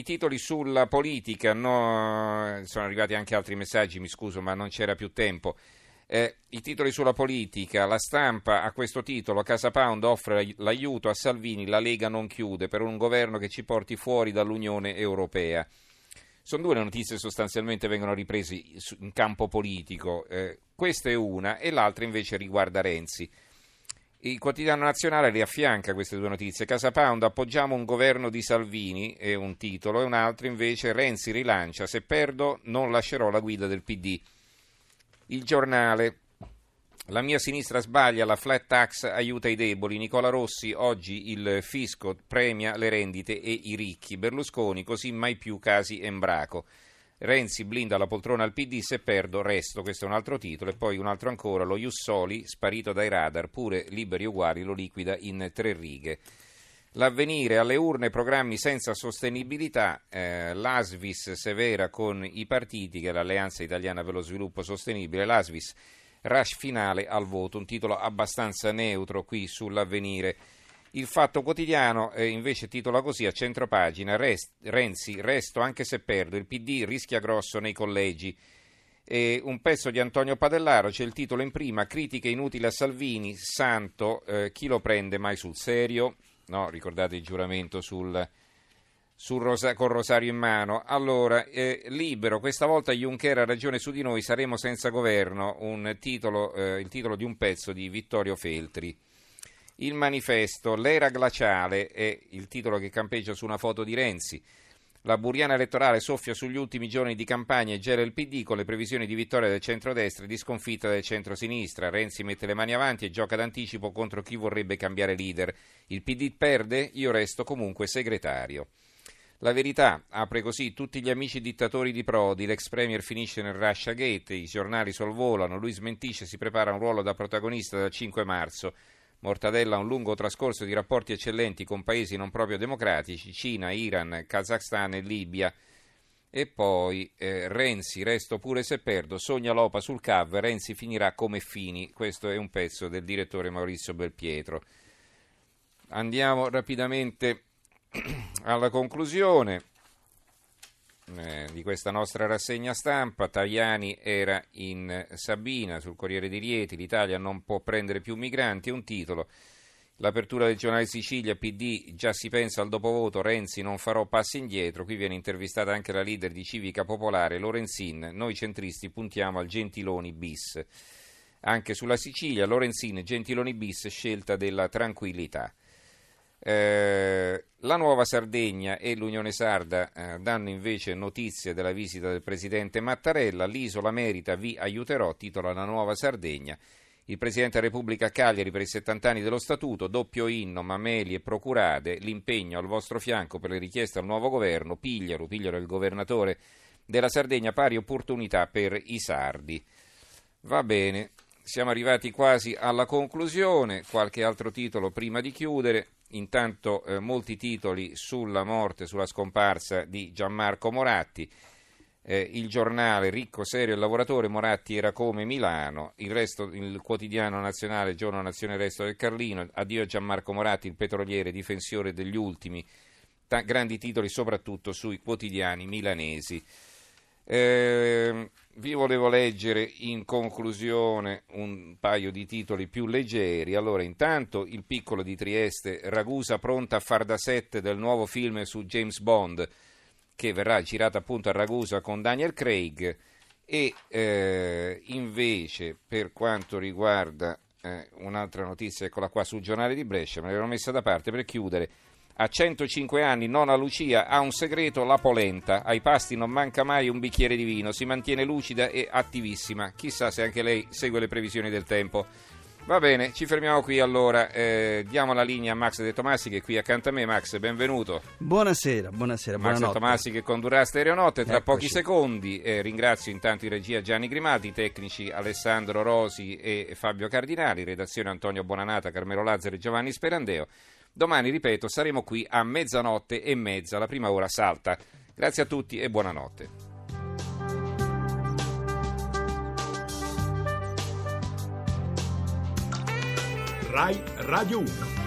titoli sulla politica, no, sono arrivati anche altri messaggi, mi scuso ma non c'era più tempo. I titoli sulla politica, La Stampa a questo titolo: Casa Pound offre l'aiuto a Salvini, la Lega non chiude per un governo che ci porti fuori dall'Unione Europea. Sono due le notizie, sostanzialmente vengono riprese in campo politico, questa è una e l'altra invece riguarda Renzi. Il Quotidiano Nazionale riaffianca queste due notizie: Casa Pound, appoggiamo un governo di Salvini, è un titolo, e un altro invece: Renzi rilancia, se perdo non lascerò la guida del PD. Il Giornale: la mia sinistra sbaglia, la flat tax aiuta i deboli, Nicola Rossi, oggi il fisco premia le rendite e i ricchi, Berlusconi, così mai più casi Embraco. Renzi blinda la poltrona al PD, se perdo resto, questo è un altro titolo. E poi un altro ancora: lo Ius Soli, sparito dai radar, pure Liberi Uguali lo liquida in 3 righe. L'Avvenire: alle urne programmi senza sostenibilità, l'Asvis severa con i partiti, che è l'Alleanza Italiana per lo Sviluppo Sostenibile, l'Asvis, rush finale al voto, un titolo abbastanza neutro qui sull'Avvenire. Il Fatto Quotidiano invece titola così a centropagina: Renzi, resto anche se perdo, il PD rischia grosso nei collegi. E un pezzo di Antonio Padellaro, c'è il titolo in prima: critiche inutili a Salvini, santo, chi lo prende mai sul serio? No, ricordate il giuramento con Rosario in mano. Allora, Libero: questa volta Juncker ha ragione su di noi, saremo senza governo, il titolo di un pezzo di Vittorio Feltri. Il Manifesto: l'era glaciale è il titolo che campeggia su una foto di Renzi. La buriana elettorale soffia sugli ultimi giorni di campagna e gela il PD con le previsioni di vittoria del centrodestra e di sconfitta del centrosinistra. Renzi mette le mani avanti e gioca d'anticipo contro chi vorrebbe cambiare leader. Il PD perde, io resto comunque segretario. La Verità apre così: tutti gli amici dittatori di Prodi, l'ex premier finisce nel Russiagate, i giornali sorvolano, lui smentisce, si prepara un ruolo da protagonista dal 5 marzo. Mortadella ha un lungo trascorso di rapporti eccellenti con paesi non proprio democratici, Cina, Iran, Kazakhstan e Libia. E poi Renzi, resto pure se perdo, sogna l'OPA sul CAV, Renzi finirà come Fini. Questo è un pezzo del direttore Maurizio Belpietro. Andiamo rapidamente alla conclusione di questa nostra rassegna stampa. Tajani era in Sabina sul Corriere di Rieti: l'Italia non può prendere più migranti, è un titolo. L'apertura del giornale Sicilia, PD, già si pensa al dopovoto, Renzi non farò passi indietro. Qui viene intervistata anche la leader di Civica Popolare, Lorenzin: noi centristi puntiamo al Gentiloni bis. Anche sulla Sicilia, Lorenzin, Gentiloni bis, scelta della tranquillità. La Nuova Sardegna e l'Unione Sarda danno invece notizie della visita del presidente Mattarella. L'isola merita, vi aiuterò, titola La Nuova Sardegna. Il presidente della Repubblica a Cagliari per i 70 anni dello statuto, doppio inno, Mameli e Procurade, l'impegno al vostro fianco per le richieste al nuovo governo, Pigliaro è il governatore della Sardegna, pari opportunità per i sardi. Va bene, siamo arrivati quasi alla conclusione, qualche altro titolo prima di chiudere. Intanto molti titoli sulla morte, sulla scomparsa di Gianmarco Moratti. Il Giornale: ricco, serio e lavoratore, Moratti era come Milano. Il resto, il Quotidiano Nazionale, Giorno, Nazione, Resto del Carlino: addio a Gianmarco Moratti, il petroliere difensore degli ultimi. Grandi titoli soprattutto sui quotidiani milanesi. Vi volevo leggere in conclusione un paio di titoli più leggeri. Allora, intanto Il Piccolo di Trieste: Ragusa pronta a far da set del nuovo film su James Bond, che verrà girato appunto a Ragusa con Daniel Craig. E invece, per quanto riguarda un'altra notizia, eccola qua sul Giornale di Brescia, me l'ero messa da parte per chiudere. A 105 anni nonna Lucia ha un segreto, la polenta. Ai pasti non manca mai un bicchiere di vino, si mantiene lucida e attivissima. Chissà se anche lei segue le previsioni del tempo. Va bene, ci fermiamo qui allora. Diamo la linea a Max De Tomasi, che è qui accanto a me. Max, benvenuto. Buonasera, Max buonanotte. De Tomasi che condurrà Stereonotte tra Eccoci. pochi secondi. Ringrazio intanto in regia Gianni Grimati, i tecnici Alessandro Rosi e Fabio Cardinali, redazione Antonio Bonanata, Carmelo Lazzaro e Giovanni Sperandeo. Domani, ripeto, saremo qui a 00:30, la prima ora salta. Grazie a tutti e buonanotte. Rai Radio 1.